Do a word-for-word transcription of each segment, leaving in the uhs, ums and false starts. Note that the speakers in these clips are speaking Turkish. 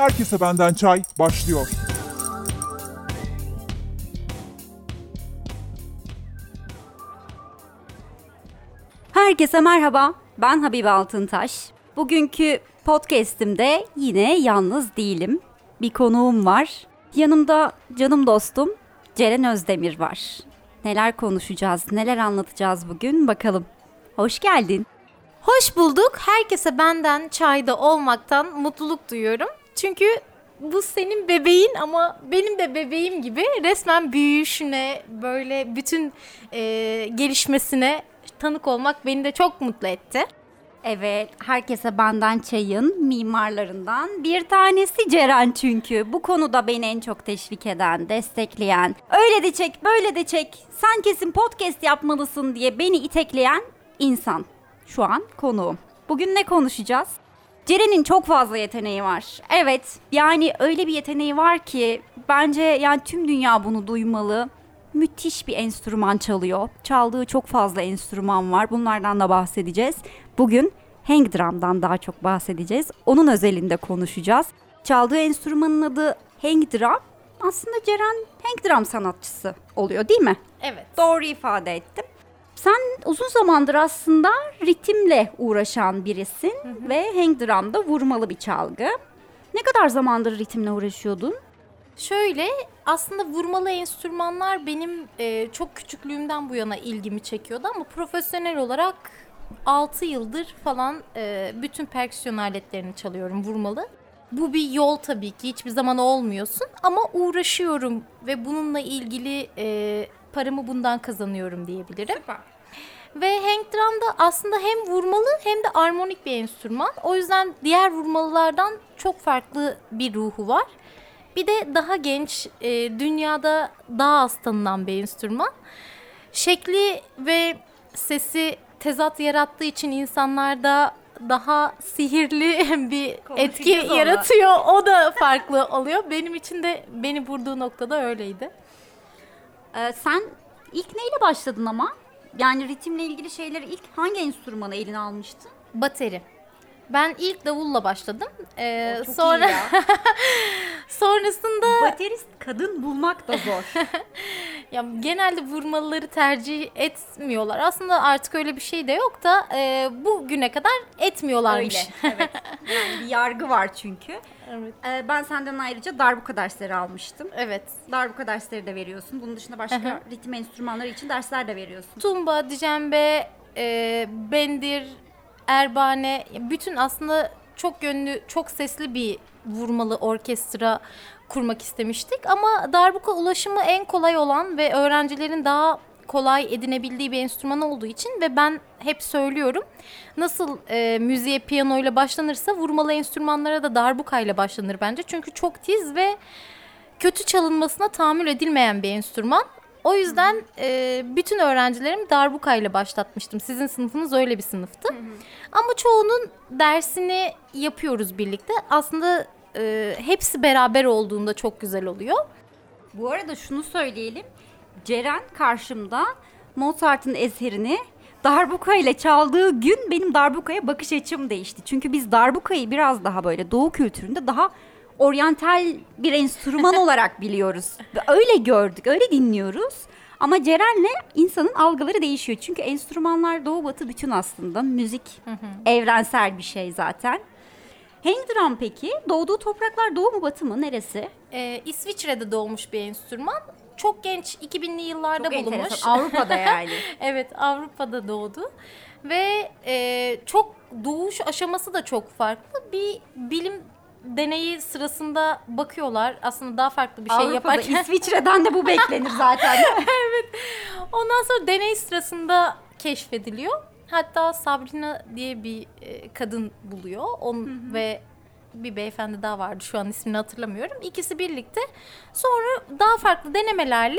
Herkese Benden Çay başlıyor. Herkese merhaba, ben Habibe Altıntaş. Bugünkü podcast'imde yine yalnız değilim. Bir konuğum var. Yanımda canım dostum Ceren Özdemir var. Neler konuşacağız, neler anlatacağız bugün bakalım. Hoş geldin. Hoş bulduk. Herkese benden çayda olmaktan mutluluk duyuyorum. Çünkü bu senin bebeğin ama benim de bebeğim gibi resmen büyüyüşüne, böyle bütün e, gelişmesine tanık olmak beni de çok mutlu etti. Evet, Herkese Benden Çay'ın mimarlarından bir tanesi Ceren çünkü. Bu konuda beni en çok teşvik eden, destekleyen, öyle de çek, böyle de çek, sen kesin podcast yapmalısın diye beni itekleyen insan. Şu an konuğum. Bugün ne konuşacağız? Ceren'in çok fazla yeteneği var. Evet, yani öyle bir yeteneği var ki bence yani tüm dünya bunu duymalı. Müthiş bir enstrüman çalıyor. Çaldığı çok fazla enstrüman var. Bunlardan da bahsedeceğiz. Bugün hang drum'dan daha çok bahsedeceğiz. Onun özelinde konuşacağız. Çaldığı enstrümanın adı hang drum. Aslında Ceren hang drum sanatçısı oluyor değil mi? Evet. Doğru ifade ettim. Sen uzun zamandır aslında ritimle uğraşan birisin hı hı. ve hang drum'da vurmalı bir çalgı. Ne kadar zamandır ritimle uğraşıyordun? Şöyle, aslında vurmalı enstrümanlar benim e, çok küçüklüğümden bu yana ilgimi çekiyordu ama profesyonel olarak altı yıldır falan e, bütün perküsyon aletlerini çalıyorum vurmalı. Bu bir yol tabii ki, hiçbir zaman olmuyorsun ama uğraşıyorum ve bununla ilgili e, paramı bundan kazanıyorum diyebilirim. Süper. Ve hang drum da aslında hem vurmalı hem de armonik bir enstrüman. O yüzden diğer vurmalılardan çok farklı bir ruhu var. Bir de daha genç, e, dünyada daha az tanınan bir enstrüman. Şekli ve sesi tezat yarattığı için insanlarda daha sihirli bir etki yaratıyor. O da farklı oluyor. Benim için de beni vurduğu noktada öyleydi. Ee, sen ilk neyle başladın ama? Yani ritimle ilgili şeyleri ilk hangi enstrümanı eline almıştın? Bateri. Ben ilk davulla başladım. Ee, çok sonra iyi ya. sonrasında baterist kadın bulmak da zor. ya genelde vurmalıları tercih etmiyorlar. Aslında artık öyle bir şey de yok da e, bugüne kadar etmiyorlarmış. Öyle. Evet. Yani bir yargı var çünkü. Evet. Ee, ben senden ayrıca darbuka dersleri almıştım. Evet. Darbuka dersleri de veriyorsun. Bunun dışında başka ritim enstrümanları için dersler de veriyorsun. Tumba, djembe, e, bendir, erbane, bütün aslında çok yönlü, çok sesli bir vurmalı orkestra kurmak istemiştik. Ama darbuka ulaşımı en kolay olan ve öğrencilerin daha kolay edinebildiği bir enstrüman olduğu için ve ben hep söylüyorum, nasıl e, müziğe piyanoyla başlanırsa vurmalı enstrümanlara da darbukayla başlanır bence. Çünkü çok tiz ve kötü çalınmasına tahammül edilmeyen bir enstrüman. O yüzden e, bütün öğrencilerimi darbukayla başlatmıştım. Sizin sınıfınız öyle bir sınıftı. Hı hı. Ama çoğunun dersini yapıyoruz birlikte. Aslında e, hepsi beraber olduğunda çok güzel oluyor. Bu arada şunu söyleyelim. Ceren karşımda Mozart'ın eserini darbuka ile çaldığı gün benim darbukaya bakış açım değişti. Çünkü biz darbukayı biraz daha böyle Doğu kültüründe daha oryantal bir enstrüman olarak biliyoruz. Öyle gördük, öyle dinliyoruz. Ama Ceren'le insanın algıları değişiyor. Çünkü enstrümanlar doğu batı bütün aslında. Müzik hı hı. evrensel bir şey zaten. Hang drum peki? Doğduğu topraklar doğu mu batı mı? Neresi? Ee, İsviçre'de doğmuş bir enstrüman. Çok genç, iki binli yıllarda çok bulunmuş. Enteresan. Avrupa'da yani. Evet, Avrupa'da doğdu. Ve e, çok doğuş aşaması da çok farklı. Bir bilim deneyi sırasında bakıyorlar. Aslında daha farklı bir şey Avrupa'da, yaparken. İsviçre'den de bu beklenir zaten. Evet. Ondan sonra deney sırasında keşfediliyor. Hatta Sabrina diye bir e, kadın buluyor. Onun hı hı. ve bir beyefendi daha vardı. Şu an ismini hatırlamıyorum. İkisi birlikte. Sonra daha farklı denemelerle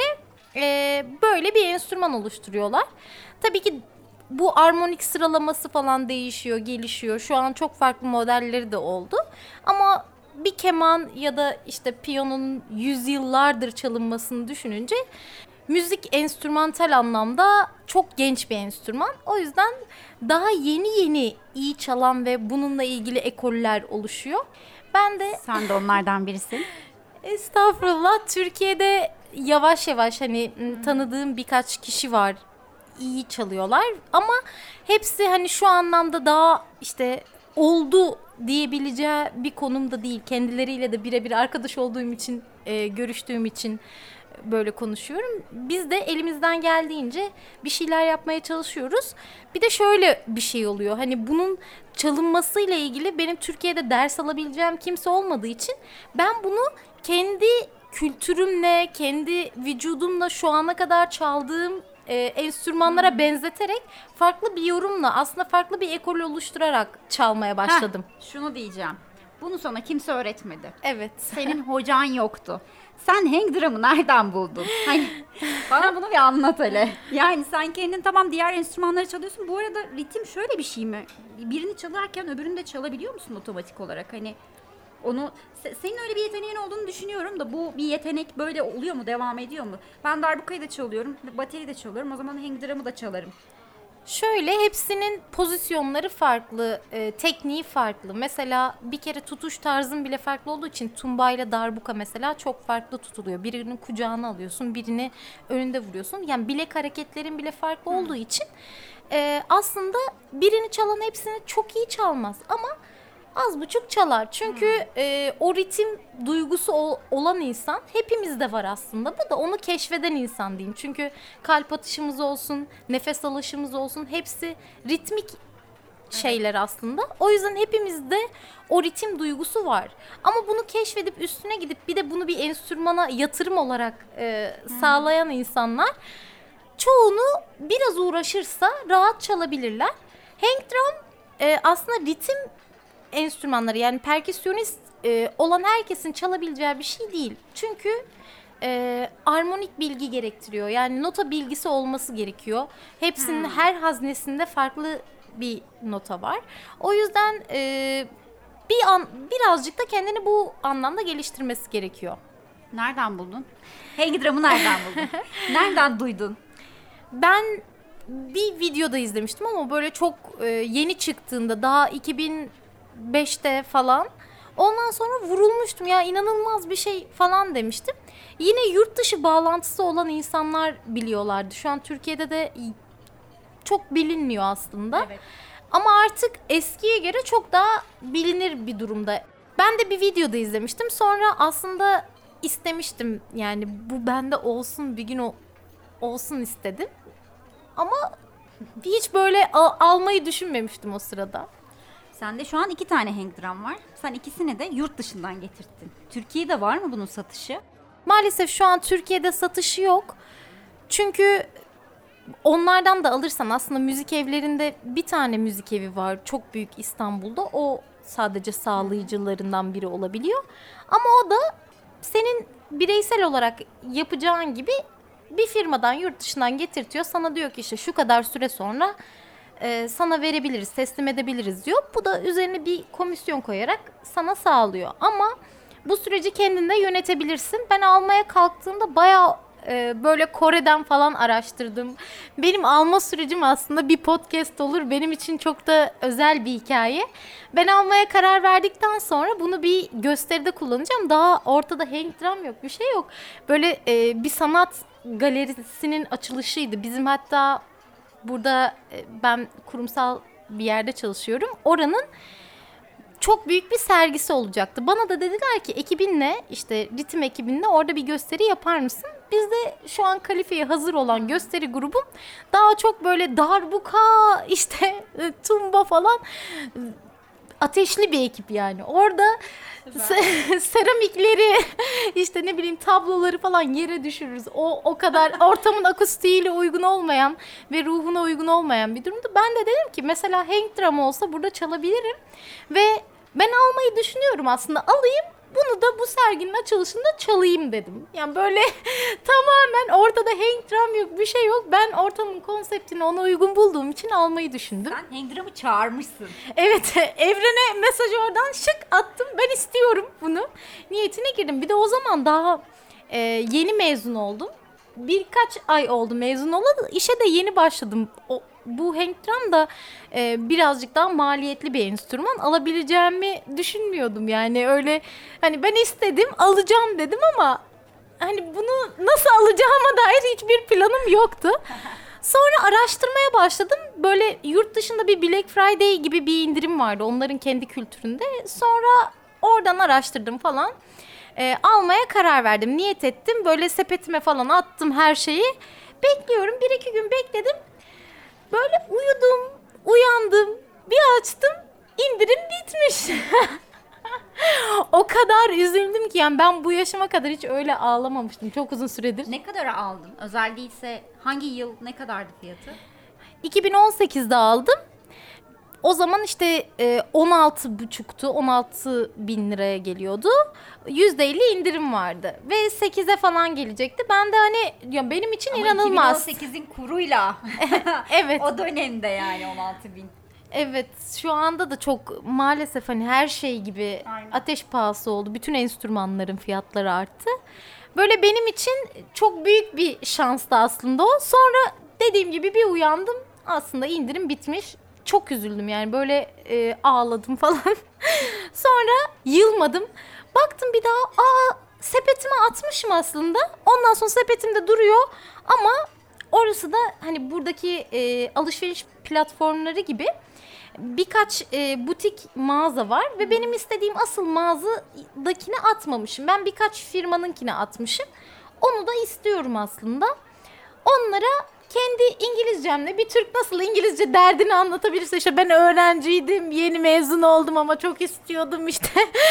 e, böyle bir enstrüman oluşturuyorlar. Tabii ki bu armonik sıralaması falan değişiyor, gelişiyor. Şu an çok farklı modelleri de oldu. Ama bir keman ya da işte piyanonun yüzyıllardır çalınmasını düşününce müzik enstrümantal anlamda çok genç bir enstrüman. O yüzden daha yeni yeni iyi çalan ve bununla ilgili ekoller oluşuyor. Ben de Sen de onlardan birisin. estağfurullah, Türkiye'de yavaş yavaş hani tanıdığım birkaç kişi var, iyi çalıyorlar ama hepsi hani şu anlamda daha işte oldu diyebileceği bir konumda değil. Kendileriyle de birebir arkadaş olduğum için, e, görüştüğüm için böyle konuşuyorum. Biz de elimizden geldiğince bir şeyler yapmaya çalışıyoruz. Bir de şöyle bir şey oluyor. Hani bunun çalınmasıyla ilgili benim Türkiye'de ders alabileceğim kimse olmadığı için ben bunu kendi kültürümle, kendi vücudumla şu ana kadar çaldığım e, enstrümanlara benzeterek farklı bir yorumla, aslında farklı bir ekol oluşturarak çalmaya başladım. Heh, şunu diyeceğim. Bunu sana kimse öğretmedi. Evet. Senin hocan yoktu. Sen hang drum'ı nereden buldun? Hani bana bunu bir anlat hele. Yani sen kendin tamam diğer enstrümanları çalıyorsun. Bu arada ritim şöyle bir şey mi? Birini çalarken öbürünü de çalabiliyor musun otomatik olarak? Hani onu se- senin öyle bir yeteneğin olduğunu düşünüyorum da bu bir yetenek böyle oluyor mu? Devam ediyor mu? Ben darbukayı da çalıyorum, bateri de çalıyorum. O zaman hang drum'ı da çalarım. Şöyle, hepsinin pozisyonları farklı, e, tekniği farklı. Mesela bir kere tutuş tarzın bile farklı olduğu için tumba ile darbuka mesela çok farklı tutuluyor. Birinin kucağına alıyorsun, birini önünde vuruyorsun. Yani bilek hareketlerin bile farklı hmm. olduğu için e, aslında birini çalan hepsini çok iyi çalmaz ama az buçuk çalar. Çünkü hmm. e, o ritim duygusu ol, olan insan hepimizde var aslında. Bu da onu keşfeden insan diyeyim. Çünkü kalp atışımız olsun, nefes alışımız olsun, hepsi ritmik şeyler aslında. O yüzden hepimizde o ritim duygusu var. Ama bunu keşfedip üstüne gidip bir de bunu bir enstrümana yatırım olarak e, hmm. sağlayan insanlar çoğunu biraz uğraşırsa rahat çalabilirler. Hang drum e, aslında ritim enstrümanları, yani perküsyonist e, olan herkesin çalabileceği bir şey değil. Çünkü e, armonik bilgi gerektiriyor. Yani nota bilgisi olması gerekiyor. Hepsinin hmm. her haznesinde farklı bir nota var. O yüzden e, bir an, birazcık da kendini bu anlamda geliştirmesi gerekiyor. Nereden buldun? Hang drum'u nereden buldun? Nereden duydun? Ben bir videoda izlemiştim ama böyle çok e, yeni çıktığında, daha iki bin beşte falan. Ondan sonra vurulmuştum ya, inanılmaz bir şey falan demiştim. Yine yurt dışı bağlantısı olan insanlar biliyorlardı. Şu an Türkiye'de de çok bilinmiyor aslında. Evet. Ama artık eskiye göre çok daha bilinir bir durumda. Ben de bir videoda izlemiştim. Sonra aslında istemiştim. Yani bu bende olsun, bir gün o, olsun istedim. Ama hiç böyle al, almayı düşünmemiştim o sırada. Sende şu an iki tane hang drum var. Sen ikisini de yurt dışından getirttin. Türkiye'de var mı bunun satışı? Maalesef şu an Türkiye'de satışı yok. Çünkü onlardan da alırsan, aslında müzik evlerinde bir tane müzik evi var. Çok büyük, İstanbul'da. O sadece sağlayıcılarından biri olabiliyor. Ama o da senin bireysel olarak yapacağın gibi bir firmadan, yurt dışından getirtiyor. Sana diyor ki işte şu kadar süre sonra e, sana verebiliriz, teslim edebiliriz diyor. Bu da üzerine bir komisyon koyarak sana sağlıyor. Ama bu süreci kendin de yönetebilirsin. Ben almaya kalktığımda bayağı e, böyle Kore'den falan araştırdım. Benim alma sürecim aslında bir podcast olur. Benim için çok da özel bir hikaye. Ben almaya karar verdikten sonra bunu bir gösteride kullanacağım. Daha ortada hang drum yok, bir şey yok. Böyle e, bir sanat galerisinin açılışıydı. Bizim hatta burada e, ben kurumsal bir yerde çalışıyorum. Oranın çok büyük bir sergisi olacaktı. Bana da dediler ki ekibinle, işte ritim ekibinle orada bir gösteri yapar mısın? Biz de şu an kalifeye hazır olan gösteri grubum daha çok böyle darbuka, işte tumba falan ateşli bir ekip yani. Orada se- seramikleri, işte ne bileyim tabloları falan yere düşürürüz. O o kadar ortamın akustiğiyle uygun olmayan ve ruhuna uygun olmayan bir durumda. Ben de dedim ki mesela hang drum olsa burada çalabilirim ve ben almayı düşünüyorum aslında. Alayım, bunu da bu serginin açılışında çalayım dedim. Yani böyle tamamen ortada hang drum yok, bir şey yok. Ben ortamın konseptini ona uygun bulduğum için almayı düşündüm. Sen hang drum'u çağırmışsın. Evet, evrene mesaj oradan şık attım. Ben istiyorum bunu. Niyetine girdim. Bir de o zaman daha e, yeni mezun oldum. birkaç ay oldu mezun olalı. İşe de yeni başladım. O, bu hang drum da e, birazcık daha maliyetli bir enstrüman. Alabileceğimi düşünmüyordum yani, öyle hani ben istedim alacağım dedim ama hani bunu nasıl alacağıma dair hiçbir planım yoktu. Sonra araştırmaya başladım. Böyle yurt dışında bir Black Friday gibi bir indirim vardı onların kendi kültüründe. Sonra oradan araştırdım falan. E, almaya karar verdim. Niyet ettim. Böyle sepetime falan attım her şeyi. Bekliyorum. Bir iki gün bekledim. Böyle uyudum, uyandım, bir açtım, indirim bitmiş. O kadar üzüldüm ki, yani ben bu yaşıma kadar hiç öyle ağlamamıştım çok uzun süredir. Ne kadara aldın? Özel değilse hangi yıl, ne kadardı fiyatı? iki bin on sekizde aldım. O zaman işte e, on altı buçuktu, on altı bin liraya geliyordu. yüzde elli indirim vardı ve sekize falan gelecekti. Ben de hani ya benim için Ama inanılmaz. iki bin on sekizin kuruyla. Evet. O dönemde yani on altı bin. Evet, şu anda da çok maalesef hani her şey gibi Aynen. ateş pahası oldu. Bütün enstrümanların fiyatları arttı. Böyle benim için çok büyük bir şanstı aslında o. Sonra dediğim gibi bir uyandım. Aslında indirim bitmiş. Çok üzüldüm yani, böyle e, ağladım falan. Sonra yılmadım. Baktım bir daha, aa sepetime atmışım aslında. Ondan sonra sepetimde duruyor ama orası da hani buradaki e, alışveriş platformları gibi birkaç e, butik mağaza var ve benim istediğim asıl mağazadakine atmamışım. Ben birkaç firmanınkine atmışım. Onu da istiyorum aslında. Onlara kendi İngilizcemle, bir Türk nasıl İngilizce derdini anlatabilirse, işte ben öğrenciydim, yeni mezun oldum ama çok istiyordum işte.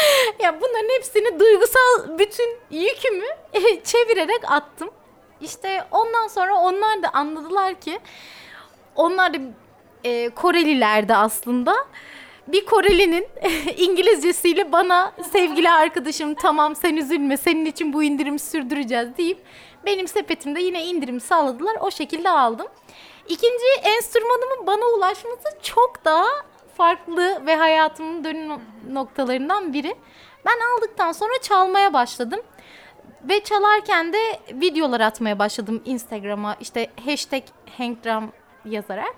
Ya bunların hepsini, duygusal bütün yükümü çevirerek attım. İşte ondan sonra onlar da anladılar ki onlar da e, Korelilerdi aslında. Bir Korelinin İngilizcesiyle bana, sevgili arkadaşım tamam sen üzülme, senin için bu indirimi sürdüreceğiz deyip benim sepetimde yine indirim sağladılar. O şekilde aldım. İkinci enstrümanımın bana ulaşması çok daha farklı ve hayatımın dönüm noktalarından biri. Ben aldıktan sonra çalmaya başladım. Ve çalarken de videolar atmaya başladım Instagram'a. İşte hashtag hangdrum yazarak.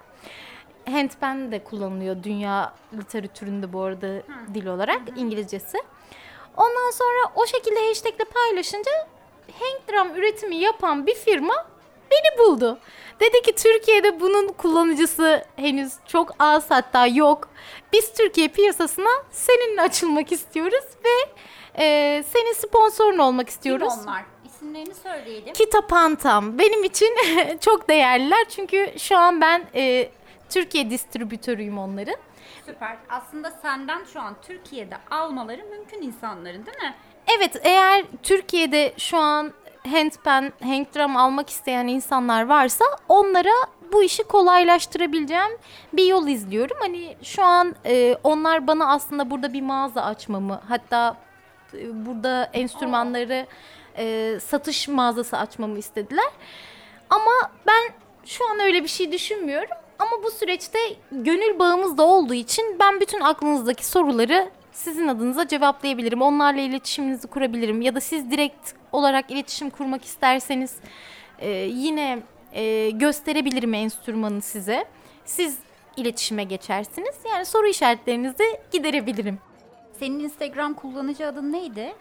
Handpan de kullanılıyor dünya literatüründe bu arada, hı, dil olarak, hı hı, İngilizcesi. Ondan sonra o şekilde hashtagle paylaşınca hangdrum üretimi yapan bir firma beni buldu. Dedi ki Türkiye'de bunun kullanıcısı henüz çok az, hatta yok. Biz Türkiye piyasasına seninle açılmak istiyoruz ve e, senin sponsorun olmak istiyoruz. Kim onlar? İsimlerini söyleyelim. Kitapantam benim için çok değerliler çünkü şu an ben e, Türkiye distribütörüyüm onların. Süper. Aslında senden şu an Türkiye'de almaları mümkün insanların, değil mi? Evet, eğer Türkiye'de şu an handpan, hangdrum almak isteyen insanlar varsa onlara bu işi kolaylaştırabileceğim bir yol izliyorum. Hani şu an e, onlar bana aslında burada bir mağaza açmamı, hatta e, burada enstrümanları e, satış mağazası açmamı istediler. Ama ben şu an öyle bir şey düşünmüyorum. Ama bu süreçte gönül bağımız da olduğu için ben bütün aklınızdaki soruları sizin adınıza cevaplayabilirim. Onlarla iletişiminizi kurabilirim. Ya da siz direkt olarak iletişim kurmak isterseniz e, yine e, gösterebilirim enstrümanı size. Siz iletişime geçersiniz. Yani soru işaretlerinizi giderebilirim. Senin Instagram kullanıcı adın neydi?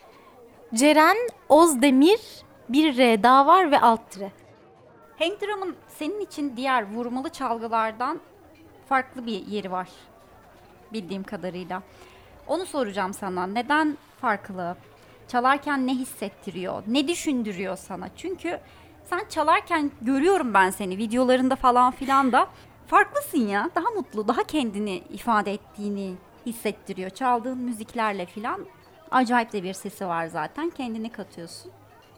Ceren Ozdemir, bir R daha var ve alt tire. Hangdrum'un senin için diğer vurmalı çalgılardan farklı bir yeri var bildiğim kadarıyla. Onu soracağım sana. Neden farklı? Çalarken ne hissettiriyor? Ne düşündürüyor sana? Çünkü sen çalarken görüyorum ben seni videolarında falan filan da. Farklısın ya. Daha mutlu, daha kendini ifade ettiğini hissettiriyor. Çaldığın müziklerle filan. Acayip de bir sesi var zaten. Kendini katıyorsun.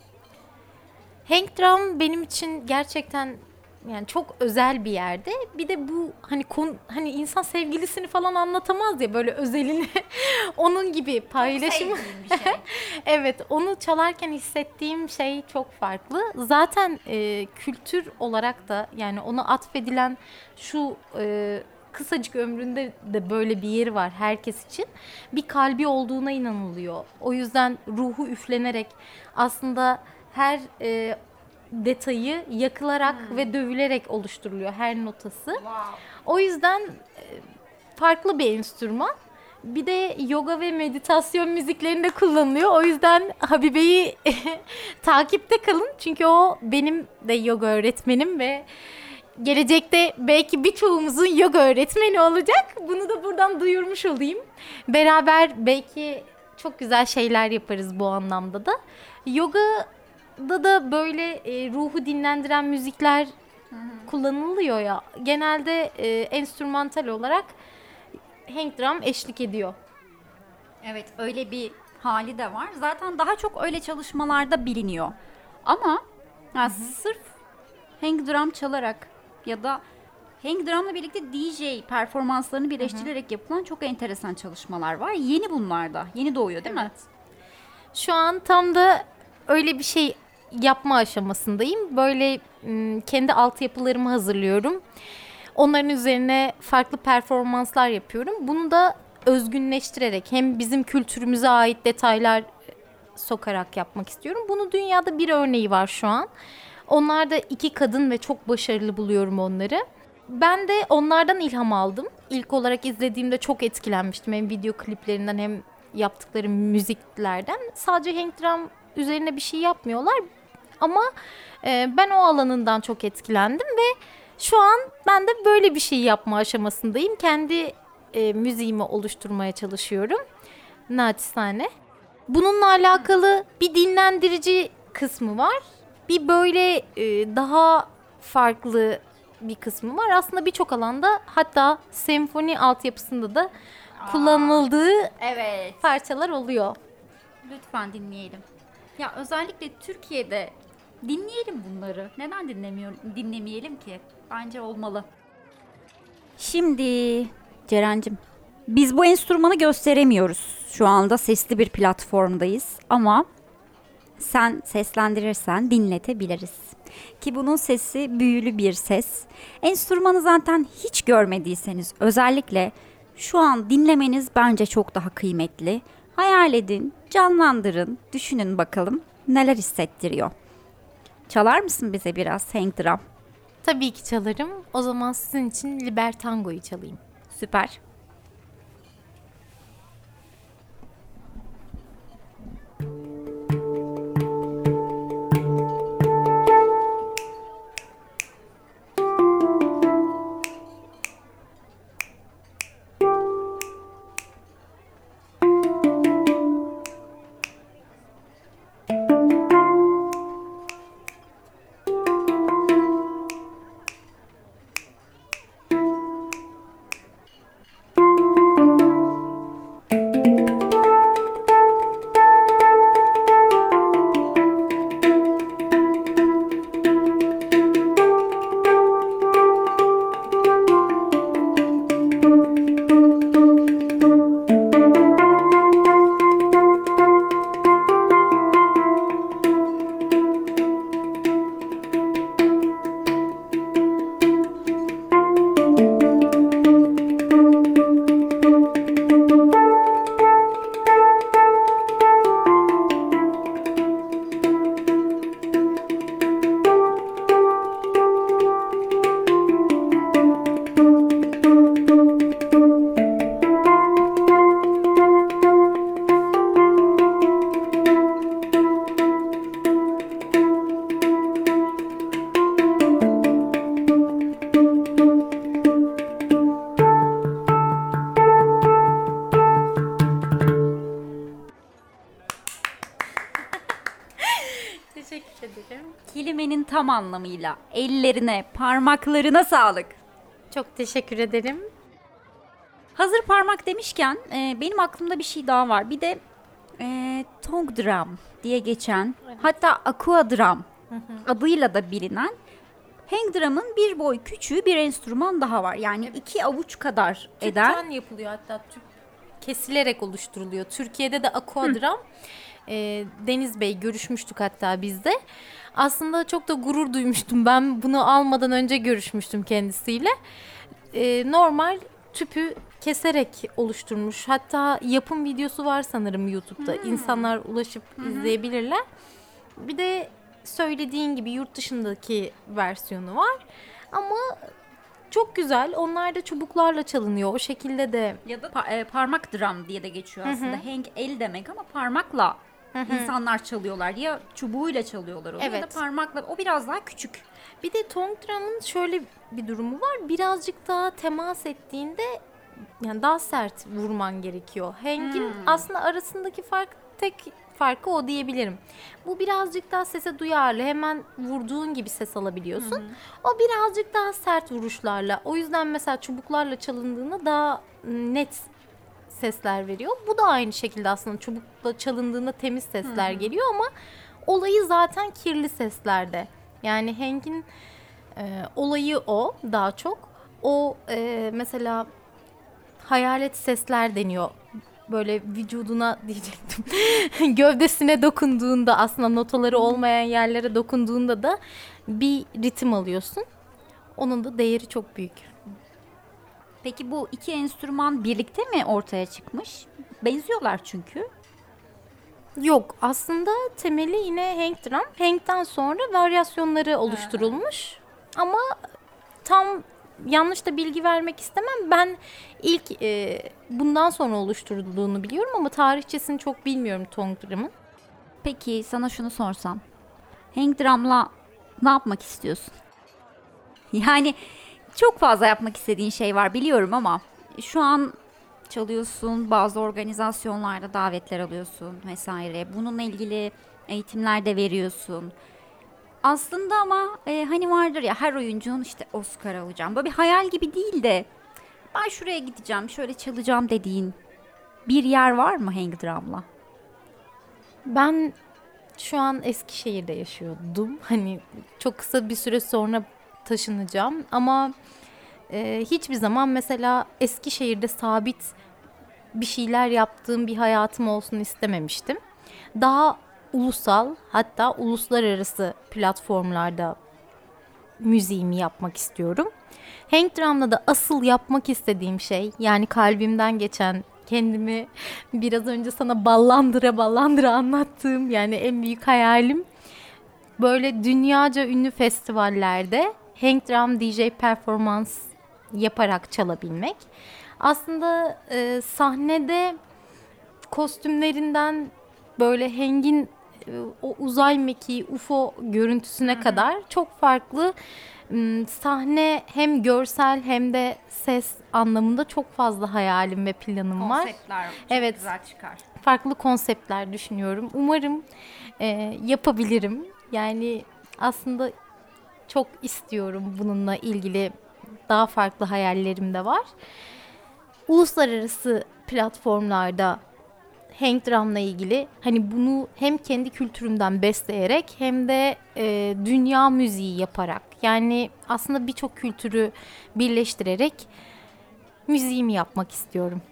Hangdrum benim için gerçekten yani çok özel bir yerde. Bir de bu hani konu, hani insan sevgilisini falan anlatamaz ya böyle özelini. Onun gibi paylaşım. Çok sevdiğim bir şey. Evet, onu çalarken hissettiğim şey çok farklı. Zaten e, kültür olarak da yani ona atfedilen şu e, kısacık ömründe de böyle bir yeri var herkes için. Bir kalbi olduğuna inanılıyor. O yüzden ruhu üflenerek aslında her e, detayı yakılarak ve dövülerek oluşturuluyor her notası. O yüzden e, farklı bir enstrüman. Bir de yoga ve meditasyon müziklerinde kullanılıyor. O yüzden Habibe'yi takipte kalın. Çünkü o benim de yoga öğretmenim ve gelecekte belki birçoğumuzun yoga öğretmeni olacak. Bunu da buradan duyurmuş olayım. Beraber belki çok güzel şeyler yaparız bu anlamda da. Yoga'da da böyle e, ruhu dinlendiren müzikler kullanılıyor ya. Genelde e, enstrümantal olarak hang drum eşlik ediyor. Evet, öyle bir hali de var. Zaten daha çok öyle çalışmalarda biliniyor. Ama ya sırf hang drum çalarak ya da hang drum'la birlikte D J performanslarını birleştirerek yapılan çok enteresan çalışmalar var. Yeni bunlar da. Yeni doğuyor değil mi? Şu an tam da öyle bir şey yapma aşamasındayım. Böyle m, kendi altyapılarımı hazırlıyorum. Onların üzerine farklı performanslar yapıyorum. Bunu da özgünleştirerek hem bizim kültürümüze ait detaylar sokarak yapmak istiyorum. Bunu dünyada bir örneği var şu an. Onlar da iki kadın ve çok başarılı buluyorum onları. Ben de onlardan ilham aldım. İlk olarak izlediğimde çok etkilenmiştim. Hem video kliplerinden hem yaptıkları müziklerden. Sadece hang drum üzerine bir şey yapmıyorlar. Ama e, ben o alanından çok etkilendim ve şu an ben de böyle bir şey yapma aşamasındayım. Kendi e, müziğimi oluşturmaya çalışıyorum. Naçizane. Bununla alakalı bir dinlendirici kısmı var. Bir böyle e, daha farklı bir kısmı var. Aslında birçok alanda, hatta senfoni altyapısında da kullanıldığı Evet. parçalar oluyor. Lütfen dinleyelim. Ya özellikle Türkiye'de dinleyelim bunları. Neden dinlemiyorum, dinlemeyelim ki? Bence olmalı. Şimdi Ceren'cim, biz bu enstrümanı gösteremiyoruz. Şu anda sesli bir platformdayız ama sen seslendirirsen dinletebiliriz. Ki bunun sesi büyülü bir ses. Enstrümanı zaten hiç görmediyseniz özellikle şu an dinlemeniz bence çok daha kıymetli. Hayal edin, canlandırın, düşünün bakalım neler hissettiriyor. Çalar mısın bize biraz hang drum? Tabii ki çalarım. O zaman sizin için Libertango'yu çalayım. Süper. Teşekkür ederim. Kelimenin tam anlamıyla ellerine, parmaklarına sağlık. Çok teşekkür ederim. Hazır parmak demişken e, benim aklımda bir şey daha var. Bir de e, tongue drum diye geçen, hatta aqua drum adıyla da bilinen hang drum'ın bir boy küçüğü bir enstrüman daha var. Yani iki avuç kadar eden. Tüpten yapılıyor, hatta tüp kesilerek oluşturuluyor. Türkiye'de de aqua drum. E, Deniz Bey görüşmüştük hatta biz de. Aslında çok da gurur duymuştum. Ben bunu almadan önce görüşmüştüm kendisiyle. E, normal tüpü keserek oluşturmuş. Hatta yapım videosu var sanırım YouTube'da. İnsanlar ulaşıp izleyebilirler. Bir de söylediğin gibi yurt dışındaki versiyonu var. Ama çok güzel. Onlar da çubuklarla çalınıyor. O şekilde de Ya da pa- e, parmak drum diye de geçiyor aslında. Hang el demek ama parmakla insanlar çalıyorlar. Ya çubuğuyla çalıyorlar onu ya da Evet. parmakla. O biraz daha küçük. bir de tongue drum'ın şöyle bir durumu var. Birazcık daha temas ettiğinde yani daha sert vurman gerekiyor. Hang'in aslında arasındaki fark tek farkı o diyebilirim. Bu birazcık daha sese duyarlı. Hemen vurduğun gibi ses alabiliyorsun. O birazcık daha sert vuruşlarla. O yüzden mesela çubuklarla çalındığında daha net sesler veriyor. Bu da aynı şekilde aslında çubukla çalındığında temiz sesler geliyor ama olayı zaten kirli seslerde. Yani Hang'in e, olayı o daha çok. O e, mesela hayalet sesler deniyor. Böyle vücuduna diyecektim. Gövdesine dokunduğunda aslında notaları olmayan yerlere dokunduğunda da bir ritim alıyorsun. Onun da değeri çok büyük. Peki bu iki enstrüman birlikte mi ortaya çıkmış? Benziyorlar çünkü. Yok aslında temeli yine hang drum. Hang'den sonra varyasyonları oluşturulmuş. Ama tam yanlış da bilgi vermek istemem. Ben ilk e, bundan sonra oluşturulduğunu biliyorum ama tarihçesini çok bilmiyorum tongue drum'ın. Peki sana şunu sorsam. Hang drum'la ne yapmak istiyorsun? Yani çok fazla yapmak istediğin şey var biliyorum ama şu an çalıyorsun, bazı organizasyonlarda davetler alıyorsun vesaire. Bununla ilgili eğitimler de veriyorsun. Aslında ama e, hani vardır ya her oyuncunun işte Oscar alacağım. Böyle bir hayal gibi değil de ben şuraya gideceğim, şöyle çalacağım dediğin bir yer var mı hang drum'la? Ben şu an Eskişehir'de yaşıyordum. Hani çok kısa bir süre sonra taşınacağım ama e, hiçbir zaman mesela Eskişehir'de sabit bir şeyler yaptığım bir hayatım olsun istememiştim. Daha ulusal hatta uluslararası platformlarda müziğimi yapmak istiyorum. Hang drum'la da asıl yapmak istediğim şey yani kalbimden geçen kendimi biraz önce sana ballandıra ballandıra anlattığım yani en büyük hayalim böyle dünyaca ünlü festivallerde hang drum D J performans yaparak çalabilmek. Aslında e, sahnede kostümlerinden böyle hangin e, o uzay mekiği U F O görüntüsüne Hı-hı. kadar çok farklı m, sahne hem görsel hem de ses anlamında çok fazla hayalim ve planım var. Konseptler çok evet, güzel çıkar. Farklı konseptler düşünüyorum. Umarım e, yapabilirim. Yani aslında çok istiyorum bununla ilgili daha farklı hayallerim de var. Uluslararası platformlarda hang drum'la ilgili hani bunu hem kendi kültürümden besleyerek hem de e, dünya müziği yaparak yani aslında birçok kültürü birleştirerek müziğimi yapmak istiyorum.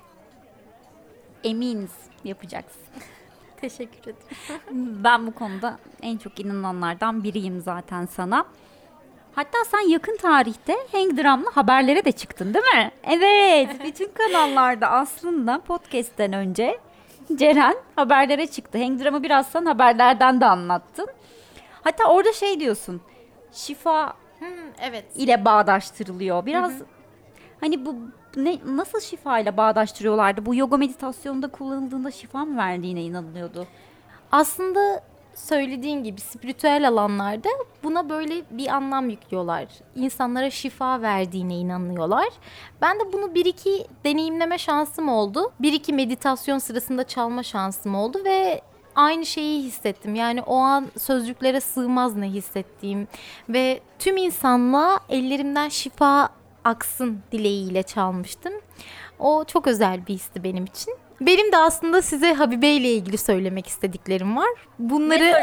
Eminiz yapacaksın. Teşekkür ederim. Ben bu konuda en çok inananlardan biriyim zaten sana. Hatta sen yakın tarihte hang drum'la haberlere de çıktın değil mi? Evet, bütün kanallarda aslında podcast'ten önce Ceren haberlere çıktı. Hang drum'ı biraz sen haberlerden de anlattın. Hatta orada şey diyorsun, şifa Hmm, evet. ile bağdaştırılıyor. Biraz hı hı. Hani bu ne, nasıl şifa ile bağdaştırıyorlardı? Bu yoga meditasyonunda kullanıldığında şifa mı verdiğine inanılıyordu? Aslında söylediğin gibi spiritüel alanlarda buna böyle bir anlam yüklüyorlar. İnsanlara şifa verdiğine inanıyorlar. Ben de bunu bir iki deneyimleme şansım oldu. Bir iki meditasyon sırasında çalma şansım oldu ve aynı şeyi hissettim. Yani o an sözcüklere sığmaz ne hissettiğim ve tüm insanlığa ellerimden şifa aksın dileğiyle çalmıştım. O çok özel bir histi benim için. Benim de aslında size Habibe ile ilgili söylemek istediklerim var. Bunları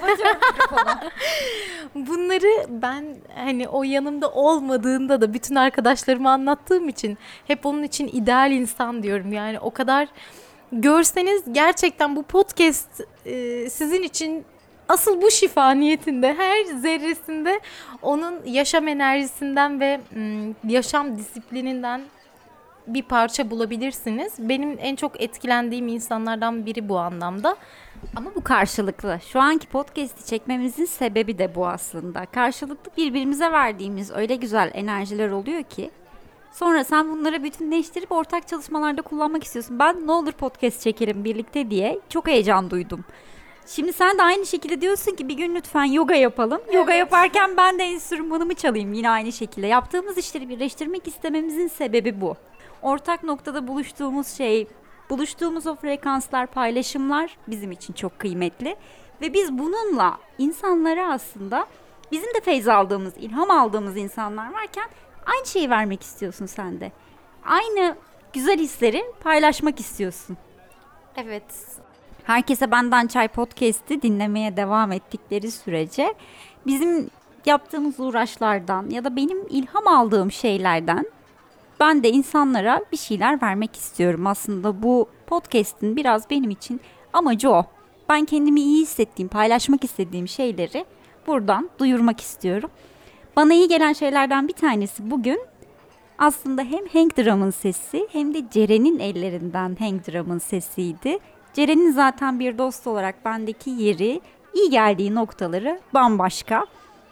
Bunları ben hani o yanımda olmadığında da bütün arkadaşlarıma anlattığım için hep onun için ideal insan diyorum. Yani o kadar görseniz gerçekten bu podcast e, sizin için asıl bu şifa niyetinde her zerresinde onun yaşam enerjisinden ve m, yaşam disiplininden bir parça bulabilirsiniz. Benim en çok etkilendiğim insanlardan biri bu anlamda. Ama bu karşılıklı. Şu anki podcast'i çekmemizin sebebi de bu aslında. Karşılıklı birbirimize verdiğimiz öyle güzel enerjiler oluyor ki. Sonra sen bunları bütünleştirip ortak çalışmalarda kullanmak istiyorsun. Ben ne olur podcast çekelim birlikte diye çok heyecan duydum. Şimdi sen de aynı şekilde diyorsun ki bir gün lütfen yoga yapalım. Evet. Yoga yaparken ben de enstrümanımı çalayım yine aynı şekilde. Yaptığımız işleri birleştirmek istememizin sebebi bu. Ortak noktada buluştuğumuz şey, buluştuğumuz o frekanslar, paylaşımlar bizim için çok kıymetli. Ve biz bununla insanlara aslında bizim de feyz aldığımız, ilham aldığımız insanlar varken aynı şeyi vermek istiyorsun sen de. Aynı güzel hisleri paylaşmak istiyorsun. Evet. Herkese Benden Çay podcast'i dinlemeye devam ettikleri sürece bizim yaptığımız uğraşlardan ya da benim ilham aldığım şeylerden ben de insanlara bir şeyler vermek istiyorum. Aslında bu podcast'in biraz benim için amacı o. Ben kendimi iyi hissettiğim, paylaşmak istediğim şeyleri buradan duyurmak istiyorum. Bana iyi gelen şeylerden bir tanesi bugün aslında hem Hank Drum'ın sesi hem de Ceren'in ellerinden Hank Drum'ın sesiydi. Ceren'in zaten bir dost olarak bendeki yeri, iyi geldiği noktaları bambaşka.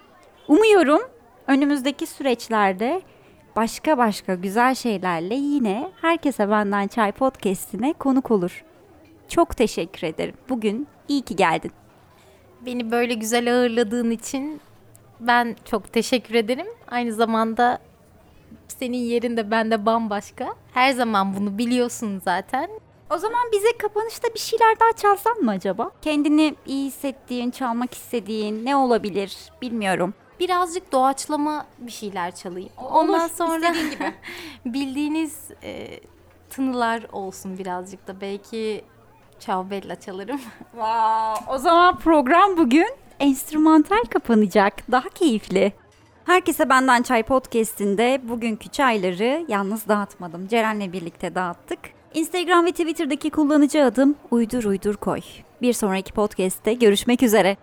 Umuyorum önümüzdeki süreçlerde başka başka güzel şeylerle yine Herkese Benden Çay podcast'ine konuk olur. Çok teşekkür ederim. Bugün iyi ki geldin. Beni böyle güzel ağırladığın için ben çok teşekkür ederim. Aynı zamanda senin yerin de bende bambaşka. Her zaman bunu biliyorsun zaten. O zaman bize kapanışta bir şeyler daha çalsan mı acaba? Kendini iyi hissettiğin, çalmak istediğin ne olabilir bilmiyorum. Birazcık doğaçlama bir şeyler çalayım. Olur, ondan sonra istediğin gibi. bildiğiniz e, tınılar olsun birazcık da. Belki Ciao Bella çalarım. Wow, o zaman program bugün enstrümantal kapanacak. Daha keyifli. Herkese Benden Çay podcast'inde bugünkü çayları yalnız dağıtmadım. Ceren'le birlikte dağıttık. Instagram ve Twitter'daki kullanıcı adım uydur uydur koy. Bir sonraki podcast'te görüşmek üzere.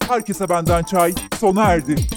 Herkese Benden Çay sona erdi.